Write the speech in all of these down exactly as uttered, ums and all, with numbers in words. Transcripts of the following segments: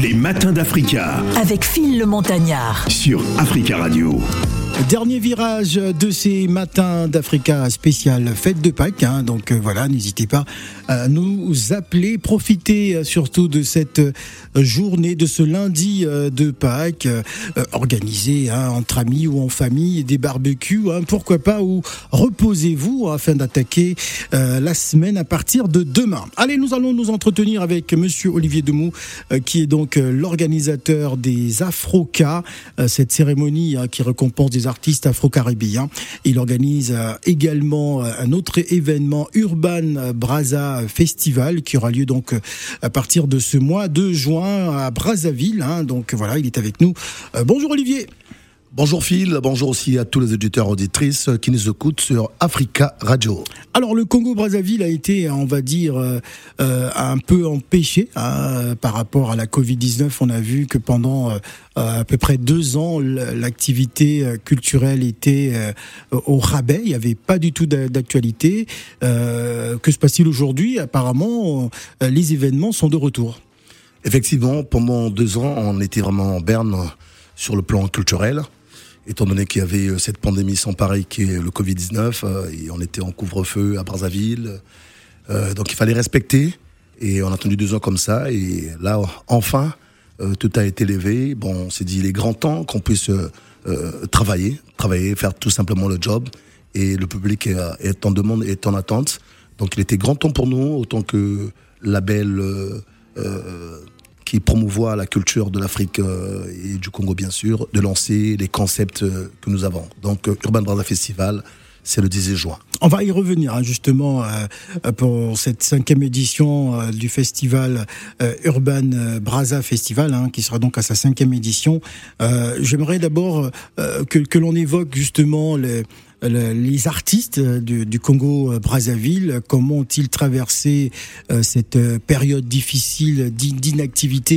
Les matins d'Africa. Avec Phil le Montagnard. Sur Africa Radio. Dernier virage de ces matins d'Africa spécial fête de Pâques, hein, donc euh, voilà, n'hésitez pas à nous appeler, profitez euh, surtout de cette euh, journée, de ce lundi euh, de Pâques, euh, organisé hein, entre amis ou en famille, des barbecues, hein, pourquoi pas, ou reposez-vous afin d'attaquer euh, la semaine à partir de demain. Allez, nous allons nous entretenir avec Monsieur Olivier Demou, euh, qui est donc euh, l'organisateur des Afroca, euh, cette cérémonie hein, qui récompense des artistes afro-caribéens. Il organise euh, également euh, un autre événement, Urban Brazza Festival, qui aura lieu donc euh, à partir de ce mois de juin à Brazzaville. Hein, donc voilà, il est avec nous. Euh, bonjour Olivier. Bonjour Phil, bonjour aussi à tous les auditeurs et auditrices qui nous écoutent sur Africa Radio. Alors le Congo-Brazzaville a été, on va dire, euh, euh, un peu empêché hein, par rapport à la covid dix-neuf. On a vu que pendant euh, à peu près deux ans, l'activité culturelle était euh, au rabais. Il n'y avait pas du tout d'actualité. Euh, que se passe-t-il aujourd'hui ? Apparemment, euh, les événements sont de retour. Effectivement, pendant deux ans, on était vraiment en berne sur le plan culturel. Étant donné qu'il y avait cette pandémie sans pareil qui est le covid dix-neuf, euh, et on était en couvre-feu à Brazzaville, euh, donc il fallait respecter, et on a attendu deux ans comme ça, et là, enfin, euh, tout a été levé. Bon, on s'est dit, il est grand temps qu'on puisse euh, travailler, travailler, faire tout simplement le job, et le public est, est en demande, est en attente, donc il était grand temps pour nous, autant que label euh, euh, qui promouvoit la culture de l'Afrique euh, et du Congo, bien sûr, de lancer les concepts euh, que nous avons. Donc, euh, Urban Brazza Festival, c'est le dix juin. On va y revenir, hein, justement, euh, pour cette cinquième édition euh, du festival euh, Urban Brazza Festival, hein, qui sera donc à sa cinquième édition. Euh, j'aimerais d'abord euh, que, que l'on évoque, justement, les... les artistes du, du Congo-Brazzaville, comment ont-ils traversé euh, cette période difficile d'inactivité ?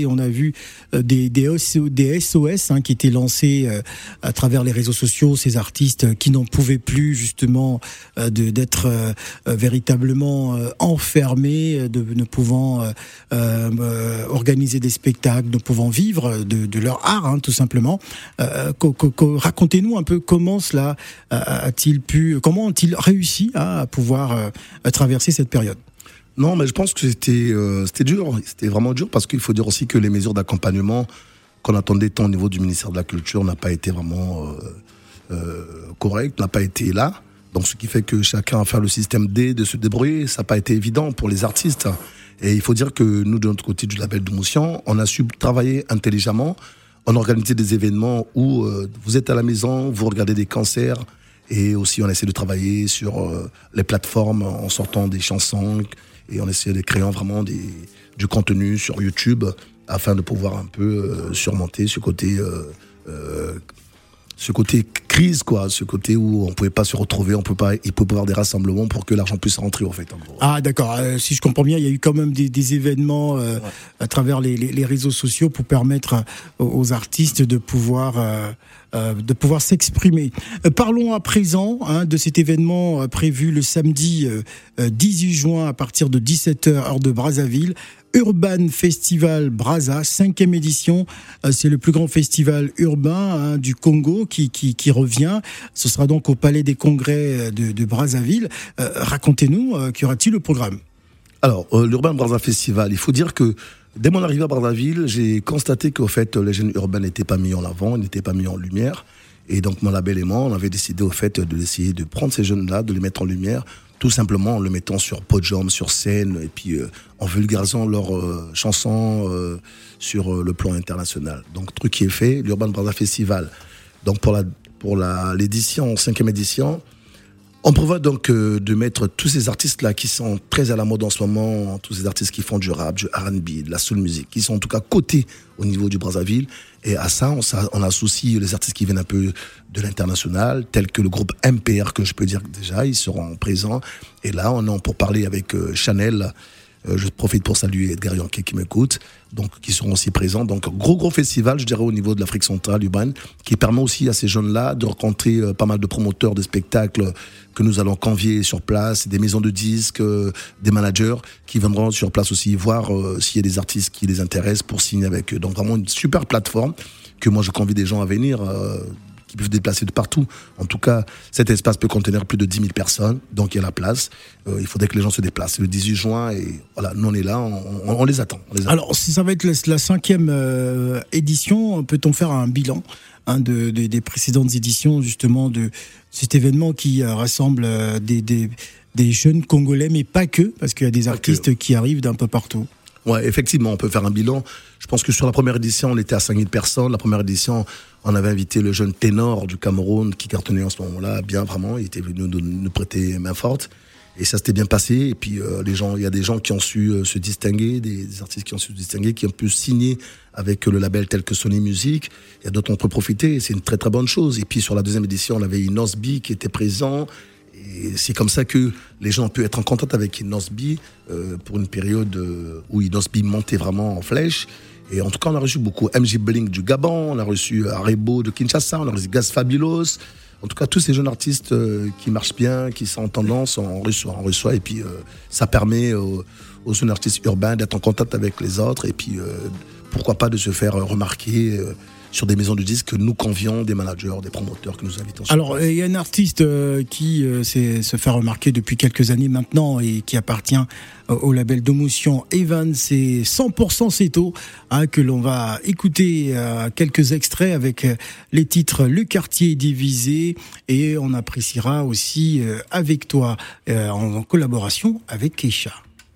On a vu euh, des, des, des S O S hein, qui étaient lancés euh, à travers les réseaux sociaux, ces artistes qui n'en pouvaient plus justement euh, de, d'être euh, véritablement euh, enfermés, de ne pouvant euh, euh, organiser des spectacles, ne pouvant vivre de, de leur art, hein, tout simplement. Euh, co, co, co, racontez-nous un peu comment cela a a-t-il pu, comment ont-ils réussi à pouvoir euh, traverser cette période ? Non, mais je pense que c'était, euh, c'était dur, c'était vraiment dur, parce qu'il faut dire aussi que les mesures d'accompagnement qu'on attendait tant au niveau du ministère de la Culture n'a pas été vraiment euh, euh, correct, n'a pas été là. Donc ce qui fait que chacun a fait le système D de se débrouiller, ça n'a pas été évident pour les artistes. Et il faut dire que nous, de notre côté du label de Moussion, on a su travailler intelligemment, on a organisé des événements où euh, vous êtes à la maison, vous regardez des concerts. Et aussi, on essaie de travailler sur euh, les plateformes en sortant des chansons et on essaie de créer vraiment des, du contenu sur YouTube afin de pouvoir un peu euh, surmonter ce côté, euh, euh, ce côté crise, quoi, ce côté où on ne pouvait pas se retrouver, on peut pas, il peut pas y avoir des rassemblements pour que l'argent puisse rentrer, en fait. En gros. Ah, d'accord. Euh, si je comprends bien, il y a eu quand même des, des événements euh, ouais. à travers les, les, les réseaux sociaux pour permettre aux, aux artistes de pouvoir... Euh, Euh, de pouvoir s'exprimer. Euh, parlons à présent hein, de cet événement euh, prévu le samedi euh, dix-huit juin à partir de dix-sept heures heure de Brazzaville. Urban Festival Brazza, cinquième édition. Euh, c'est le plus grand festival urbain hein, du Congo qui, qui, qui revient. Ce sera donc au Palais des Congrès de, de Brazzaville. Euh, racontez-nous, euh, qu'y aura-t-il au programme ? Alors, euh, l'Urban Brazza Festival, il faut dire que dès mon arrivée à Brazzaville, j'ai constaté qu'au fait, les jeunes urbains n'étaient pas mis en avant, n'étaient pas mis en lumière. Et donc, mon label et moi, on avait décidé au fait d'essayer de prendre ces jeunes-là, de les mettre en lumière, tout simplement en le mettant sur podium, sur scène, et puis euh, en vulgarisant leurs euh, chansons euh, sur euh, le plan international. Donc, truc qui est fait, l'Urban Brazza Festival. Donc, pour la pour la l'édition, cinquième édition, on prévoit donc euh, de mettre tous ces artistes-là qui sont très à la mode en ce moment, tous ces artistes qui font du rap, du R and B, de la soul music, qui sont en tout cas cotés au niveau du Brazzaville. Et à ça, on, on associe les artistes qui viennent un peu de l'international, tels que le groupe M P R, que je peux dire déjà, ils seront présents. Et là, on est pour parler avec euh, Chanel, Euh, je profite pour saluer Edgar Yankee qui m'écoute, donc qui seront aussi présents. Donc gros gros festival, je dirais, au niveau de l'Afrique centrale urbaine, qui permet aussi à ces jeunes-là de rencontrer euh, pas mal de promoteurs de spectacles que nous allons convier sur place, des maisons de disques, euh, des managers qui viendront sur place aussi voir euh, s'il y a des artistes qui les intéressent pour signer avec eux. Donc vraiment une super plateforme que moi je convie des gens à venir. Euh, qui peuvent se déplacer de partout. En tout cas, cet espace peut contenir plus de dix mille personnes, donc il y a la place. Euh, il faudrait que les gens se déplacent. C'est le dix-huit juin, et voilà, nous on est là, on, on, on, les, attend, on les attend. Alors, si ça va être la, la cinquième euh, édition, peut-on faire un bilan hein, de, de, des précédentes éditions, justement, de cet événement qui euh, rassemble euh, des, des, des jeunes Congolais, mais pas que, parce qu'il y a des artistes qui arrivent d'un peu partout. Ouais, effectivement, on peut faire un bilan. Je pense que sur la première édition, on était à cinq mille personnes. La première édition, on avait invité le jeune ténor du Cameroun qui cartonnait en ce moment-là, bien vraiment. Il était venu nous, nous prêter main forte. Et ça s'était bien passé. Et puis, euh, les gens, il y a des gens qui ont su euh, se distinguer, des, des artistes qui ont su se distinguer, qui ont pu signer avec euh, le label tel que Sony Music. Il y a d'autres qui ont pu profiter. C'est une très, très bonne chose. Et puis, sur la deuxième édition, on avait Inosbi qui était présent. Et c'est comme ça que les gens ont pu être en contact avec Inosbi euh, pour une période euh, où Inosbi montait vraiment en flèche. Et en tout cas, on a reçu beaucoup. M J Blink du Gabon, on a reçu Arebo de Kinshasa, on a reçu Gaz Fabulos. En tout cas, tous ces jeunes artistes euh, qui marchent bien, qui sont en tendance, on reçoit, on reçoit. Et puis, euh, ça permet aux, aux jeunes artistes urbains d'être en contact avec les autres. Et puis, euh, pourquoi pas de se faire remarquer euh, sur des maisons de disques que nous convions, des managers, des promoteurs que nous invitons. Alors, il y a un artiste euh, qui euh, s'est, se fait remarquer depuis quelques années maintenant et qui appartient euh, au label Domotion Evan, c'est cent pour cent Seto, hein, que l'on va écouter euh, quelques extraits avec euh, les titres Le Quartier Divisé, et on appréciera aussi euh, Avec toi, euh, en, en collaboration avec Keisha.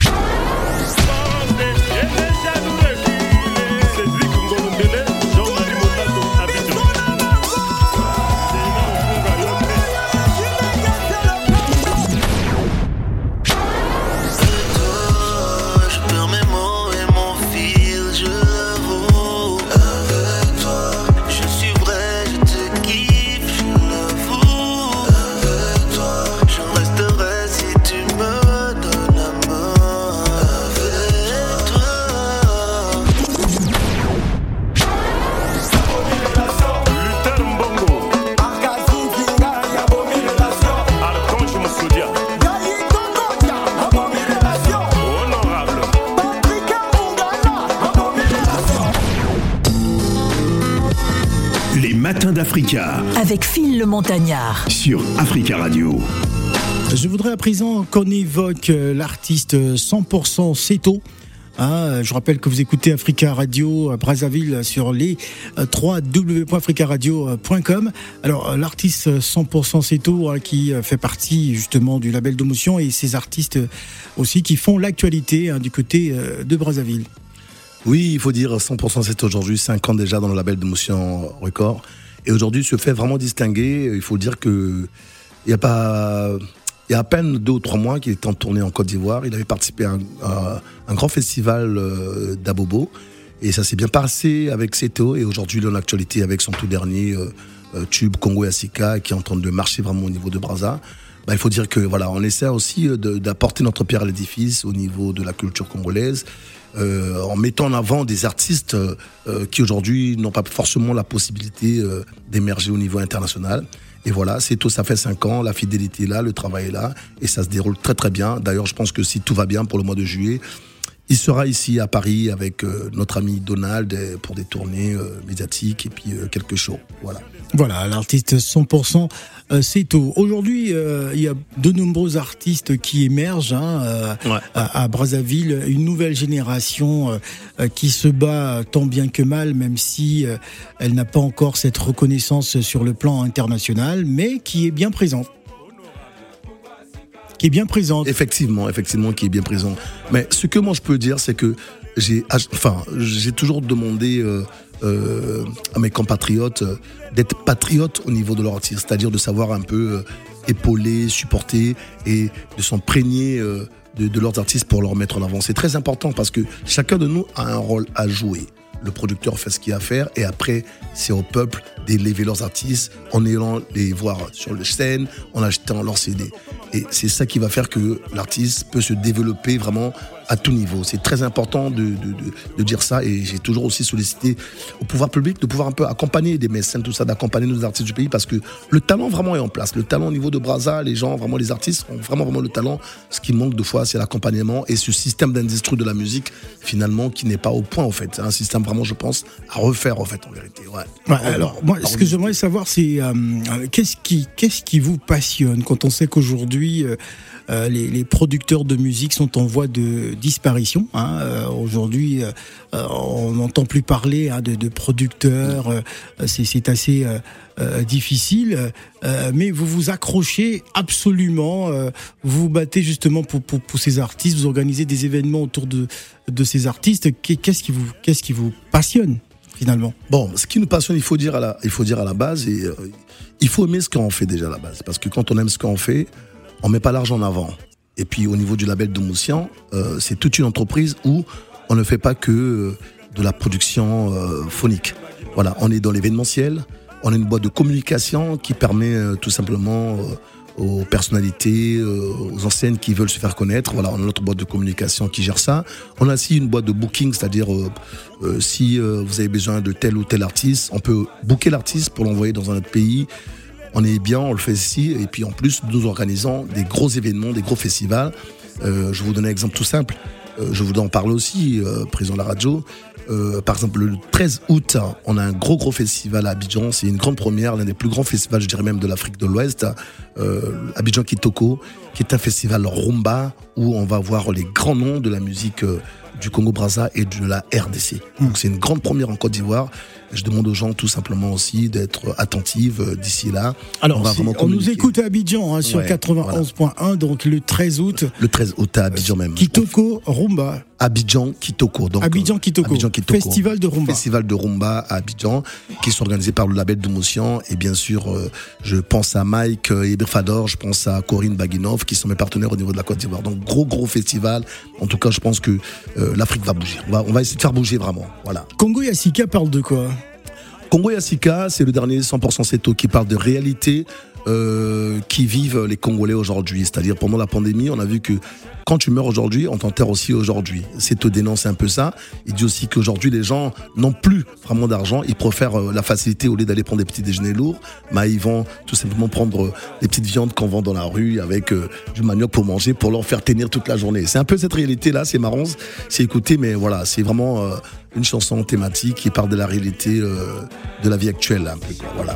Matins d'Africa. Avec Phil le Montagnard. Sur Africa Radio. Je voudrais à présent qu'on évoque l'artiste cent pour cent Seto. Hein, je rappelle que vous écoutez Africa Radio à Brazzaville sur les w w w point africa radio point com. Alors l'artiste cent pour cent Seto hein, qui fait partie justement du label Domotion, et ces artistes aussi qui font l'actualité hein, du côté de Brazzaville. Oui, il faut dire cent pour cent c'est aujourd'hui cinq ans déjà dans le label Domotion Record. Et aujourd'hui, se fait vraiment distinguer. Il faut dire que il y a pas, il y a à peine deux ou trois mois qu'il était en tournée en Côte d'Ivoire. Il avait participé à un, à un grand festival euh, d'Abobo. Et ça s'est bien passé avec Seto. Et aujourd'hui, il est en actualité avec son tout dernier euh, euh, tube Congo Yassika, qui est en train de marcher vraiment au niveau de Brazza. Bah, il faut dire que voilà, on essaie aussi de, d'apporter notre pierre à l'édifice au niveau de la culture congolaise. Euh, en mettant en avant des artistes euh, qui aujourd'hui n'ont pas forcément la possibilité euh, d'émerger au niveau international. Et voilà, c'est tout, ça fait cinq ans, la fidélité est là, le travail est là, et ça se déroule très très bien. D'ailleurs, je pense que si tout va bien pour le mois de juillet, il sera ici à Paris avec euh, notre ami Donald pour des tournées euh, médiatiques et puis euh, quelques shows. Voilà. Voilà, l'artiste cent pour cent Seto. Aujourd'hui, euh, il y a de nombreux artistes qui émergent hein, euh, ouais. à, à Brazzaville, une nouvelle génération euh, qui se bat tant bien que mal, même si euh, elle n'a pas encore cette reconnaissance sur le plan international, mais qui est bien présente. Qui est bien présente. Effectivement, effectivement, qui est bien présent. Mais ce que moi je peux dire, c'est que j'ai, enfin, j'ai toujours demandé euh, euh, à mes compatriotes euh, d'être patriotes au niveau de leur artiste, c'est-à-dire de savoir un peu euh, épauler, supporter et de s'imprégner euh, de, de leurs artistes pour leur mettre en avant. C'est très important parce que chacun de nous a un rôle à jouer. Le producteur fait ce qu'il a à faire et après, c'est au peuple d'élever leurs artistes en allant les voir sur les scènes, en achetant leurs C D. Et c'est ça qui va faire que l'artiste peut se développer vraiment à tout niveau. C'est très important de, de, de, de dire ça, et j'ai toujours aussi sollicité au pouvoir public de pouvoir un peu accompagner des mécènes, tout ça, d'accompagner nos artistes du pays, parce que le talent vraiment est en place. Le talent au niveau de Brazza, les gens, vraiment les artistes ont vraiment vraiment le talent. Ce qui manque de fois, c'est l'accompagnement et ce système d'industrie de la musique finalement qui n'est pas au point en fait. C'est un système vraiment, je pense, à refaire en fait en vérité. Ouais. Ouais, alors moi, ce que j'aimerais savoir, c'est euh, qu'est-ce qui qu'est-ce qui vous passionne quand on sait qu'aujourd'hui euh, Euh, les, les producteurs de musique sont en voie de disparition. Hein. Euh, aujourd'hui, euh, on n'entend plus parler hein, de, de producteurs. Euh, c'est, c'est assez euh, euh, difficile. Euh, mais vous vous accrochez absolument. Euh, vous vous battez justement pour, pour, pour ces artistes. Vous organisez des événements autour de, de ces artistes. Qu'est-ce qui vous, qu'est-ce qui vous passionne finalement? Bon, ce qui nous passionne, il faut dire à la, il faut dire à la base, et, euh, il faut aimer ce qu'on fait déjà à la base. Parce que quand on aime ce qu'on fait, on met pas l'argent en avant. Et puis au niveau du label Doumoussian, euh, c'est toute une entreprise où on ne fait pas que euh, de la production euh, phonique. Voilà, on est dans l'événementiel, on a une boîte de communication qui permet euh, tout simplement euh, aux personnalités, euh, aux enseignes qui veulent se faire connaître. Voilà, on a notre boîte de communication qui gère ça. On a aussi une boîte de booking, c'est-à-dire euh, euh, si euh, vous avez besoin de tel ou tel artiste, on peut booker l'artiste pour l'envoyer dans un autre pays. On est bien, on le fait ici, et puis en plus, nous organisons des gros événements, des gros festivals. Euh, je vais vous donner un exemple tout simple. Euh, je vous en parle aussi, euh, président de la radio. Euh, par exemple, le treize août, on a un gros gros festival à Abidjan. C'est une grande première, l'un des plus grands festivals, je dirais même de l'Afrique de l'Ouest. Euh, Abidjan Kitoko, qui est un festival rumba où on va voir les grands noms de la musique euh, du Congo-Brazza et de la R D C. Donc c'est une grande première en Côte d'Ivoire. Je demande aux gens tout simplement aussi d'être attentifs euh, d'ici là. Alors, on, va vraiment on nous écoute à Abidjan hein, sur ouais, quatre-vingt-onze point un, voilà. Donc le treize août. Le treize août à Abidjan même. Kitoko Rumba. Abidjan Kitoko. Donc, Abidjan Kitoko. Abidjan Kitoko. Festival de rumba. Festival de rumba à Abidjan, qui sont organisés par le label Doumoussian. Et bien sûr, euh, je pense à Mike euh, Eberfador, je pense à Corinne Baguinov, qui sont mes partenaires au niveau de la Côte d'Ivoire. Donc gros gros festival. En tout cas, je pense que euh, l'Afrique va bouger. On va, on va essayer de faire bouger vraiment. Voilà. Congo Yassika parle de quoi? Congo Yassika, c'est le dernier cent pour cent Seto qui parle de réalité euh, qui vivent les Congolais aujourd'hui. C'est-à-dire pendant la pandémie, on a vu que quand tu meurs aujourd'hui, on t'enterre aussi aujourd'hui. Seto dénonce un peu ça. Il dit aussi qu'aujourd'hui, les gens n'ont plus vraiment d'argent. Ils préfèrent euh, la facilité au lieu d'aller prendre des petits déjeuners lourds. Mais ils vont tout simplement prendre euh, des petites viandes qu'on vend dans la rue avec euh, du manioc pour manger, pour leur faire tenir toute la journée. C'est un peu cette réalité-là. C'est marrant, c'est écouté, mais voilà, c'est vraiment euh, une chanson thématique qui parle de la réalité euh, de la vie actuelle. Un peu, quoi. Voilà.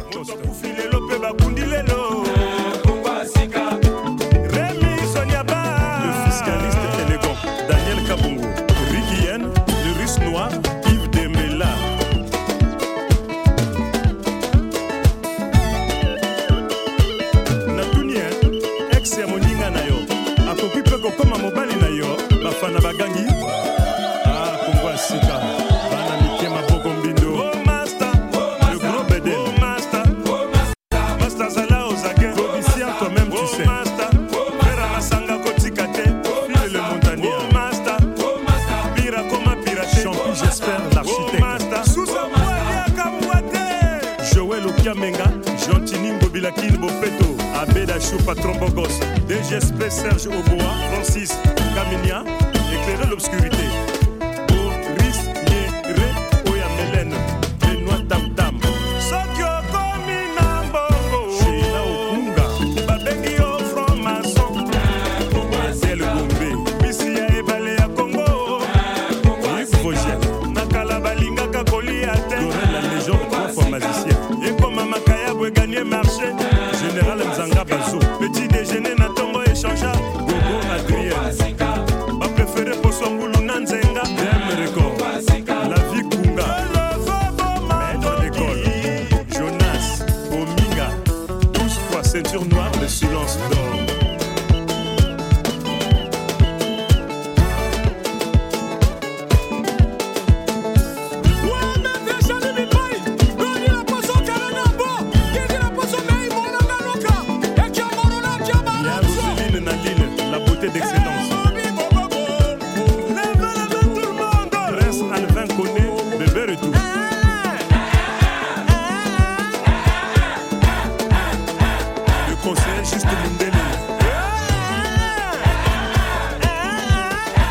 Patron Bogos, D G S P Serge Oboa, Francis Caminia, éclairer l'obscurité. Boris Nyere, Oya Mélène, Benoît Tam Tam. Sokyo Kominambo, Sheila Okunga, Babengi O Franc-Maçon, Mazel Gombe, Missia Ebale à Congo, Yves Vogel, Nakala Balinga Kakoli Ate, Dorel la légende, trois fois magicien. Et comme Makaya Boué gagner marché, Général Nzanga Bazou. Petit déjeuner na tongo échangeable. Gogo Adrien. Pas préféré pour son boulot Nanze.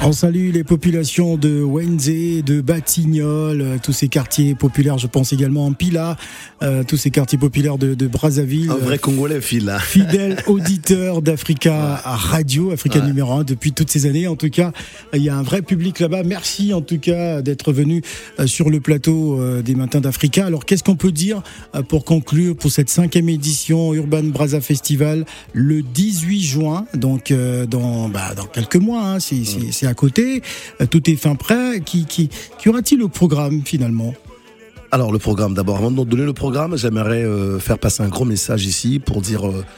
On salue les populations de Wenzé, de Batignolles, euh, tous ces quartiers populaires, je pense également en Pila, euh, tous ces quartiers populaires de, de Brazzaville. Un vrai Congolais, Phil. Fidèle auditeur d'Africa Radio, Africa ouais. numéro un, depuis toutes ces années. En tout cas, il y a un vrai public là-bas. Merci en tout cas d'être venu euh, sur le plateau euh, des Matins d'Africa. Alors, qu'est-ce qu'on peut dire euh, pour conclure pour cette cinquième édition Urban Brazza Festival le dix-huit juin, donc euh, dans, bah, dans quelques mois, hein, c'est, c'est, c'est à côté, euh, tout est fin prêt. Qui, qui, qui aura-t-il au programme finalement ? Alors le programme, d'abord, avant de donner le programme, j'aimerais euh, faire passer un gros message ici pour dire euh,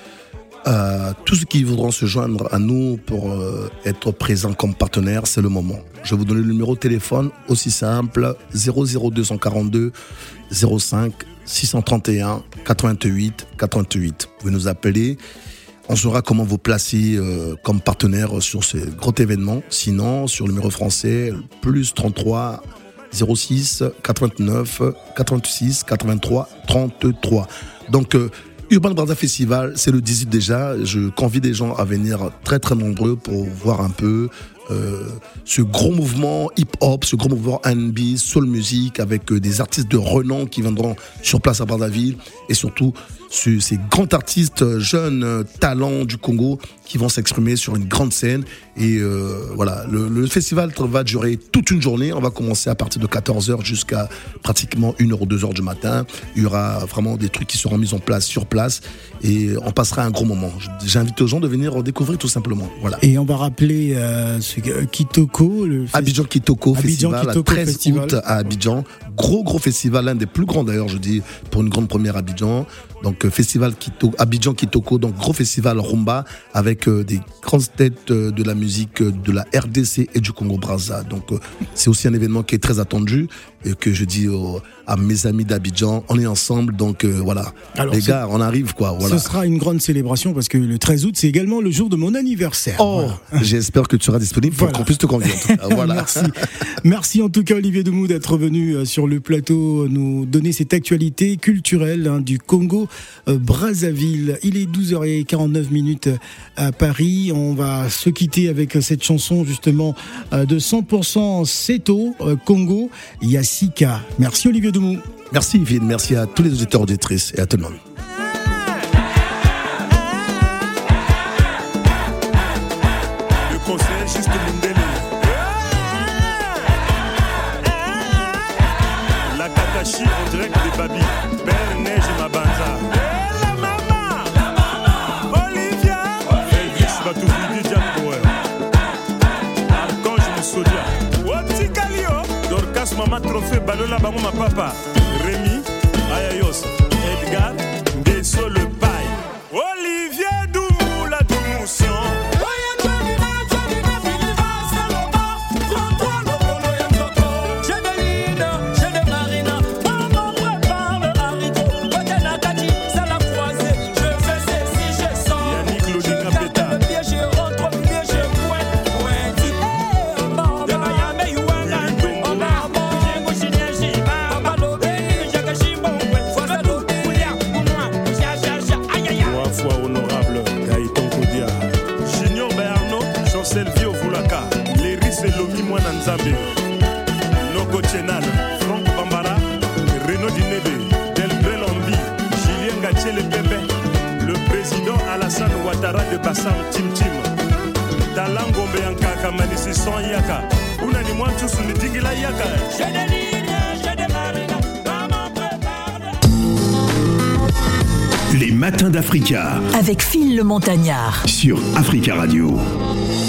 à tous ceux qui voudront se joindre à nous pour euh, être présents comme partenaires, c'est le moment. Je vais vous donner le numéro de téléphone, aussi simple, zéro zéro deux cent quarante-deux zéro cinq six cent trente et un quatre-vingt-huit quatre-vingt-huit. Vous pouvez nous appeler. On saura comment vous placer euh, comme partenaire sur ce gros événement. Sinon, sur le numéro français, plus trente-trois zéro six quatre-vingt-neuf quatre-vingt-six quatre-vingt-trois trente-trois. Donc, euh, Urban Brazza Festival, c'est le dix-huit déjà. Je convie des gens à venir très très nombreux pour voir un peu euh, ce gros mouvement hip-hop, ce gros mouvement R and B, soul music, avec euh, des artistes de renom qui viendront sur place à Brazzaville, et surtout ce, ces grands artistes, jeunes euh, talents du Congo qui vont s'exprimer sur une grande scène. Et euh, voilà, le, le festival va durer toute une journée. On va commencer à partir de quatorze heures jusqu'à pratiquement une heure ou deux heures du matin. Il y aura vraiment des trucs qui seront mis en place sur place et on passera un gros moment. J'invite aux gens de venir découvrir tout simplement. Voilà. Et on va rappeler euh, ce Kitoko, le fest... Abidjan Kitoko Abidjan Festival, Kitoko à treize Festival. août à Abidjan. Gros gros festival, l'un des plus grands d'ailleurs, je dis, pour une grande première à Abidjan. Donc festival Kitoko, Abidjan Kitoko, donc gros festival rumba avec euh, des grandes têtes euh, de la musique euh, de la R D C et du Congo Brazza. Donc euh, c'est aussi un événement qui est très attendu et que je dis euh, à mes amis d'Abidjan, on est ensemble, donc euh, voilà. Alors, les gars, on arrive quoi. Voilà. Ce sera une grande célébration parce que le treize août, c'est également le jour de mon anniversaire. Oh, voilà. J'espère que tu seras disponible pour voilà. qu'on puisse te convier. En tout cas. Voilà. Merci. Merci en tout cas Olivier Demou d'être venu sur le plateau nous donner cette actualité culturelle hein, du Congo euh, Brazzaville. Il est douze heures quarante-neuf minutes à Paris. On va se quitter avec cette chanson justement euh, de cent pour cent Seto euh, Congo Yassika. Merci Olivier Demou. Merci Yves, merci à tous les auditeurs, auditrices et à tout le monde. Le conseil juste Mundele. La Kakashi en direct des Babi. Père Neige et Mabanza. La maman, la maman, Olivia. Elvis Batoufidi Diakoue. Archange Moussodia. Wati Kalio. Dorcas Mama Trophée Balola Bango ma papa. Rémi, Ayayos, Edgar, Ndeso le Paille, Olivier Doumou, la Doumoution. Noko Chenal, Franck Bambara, Renaud Dinebe, Delbrel Ombi, Julien Gatiel Pepe, le président Alassane Ouattara de Bassam Tim Tim, Talango Beyanka Kamanisi Son Yaka, Unani Mwantus Nidingila Yaka. J'ai des lignes, j'ai des marines, maman prépare. Les Matins d'Africa. Avec Phil le Montagnard. Sur Africa Radio.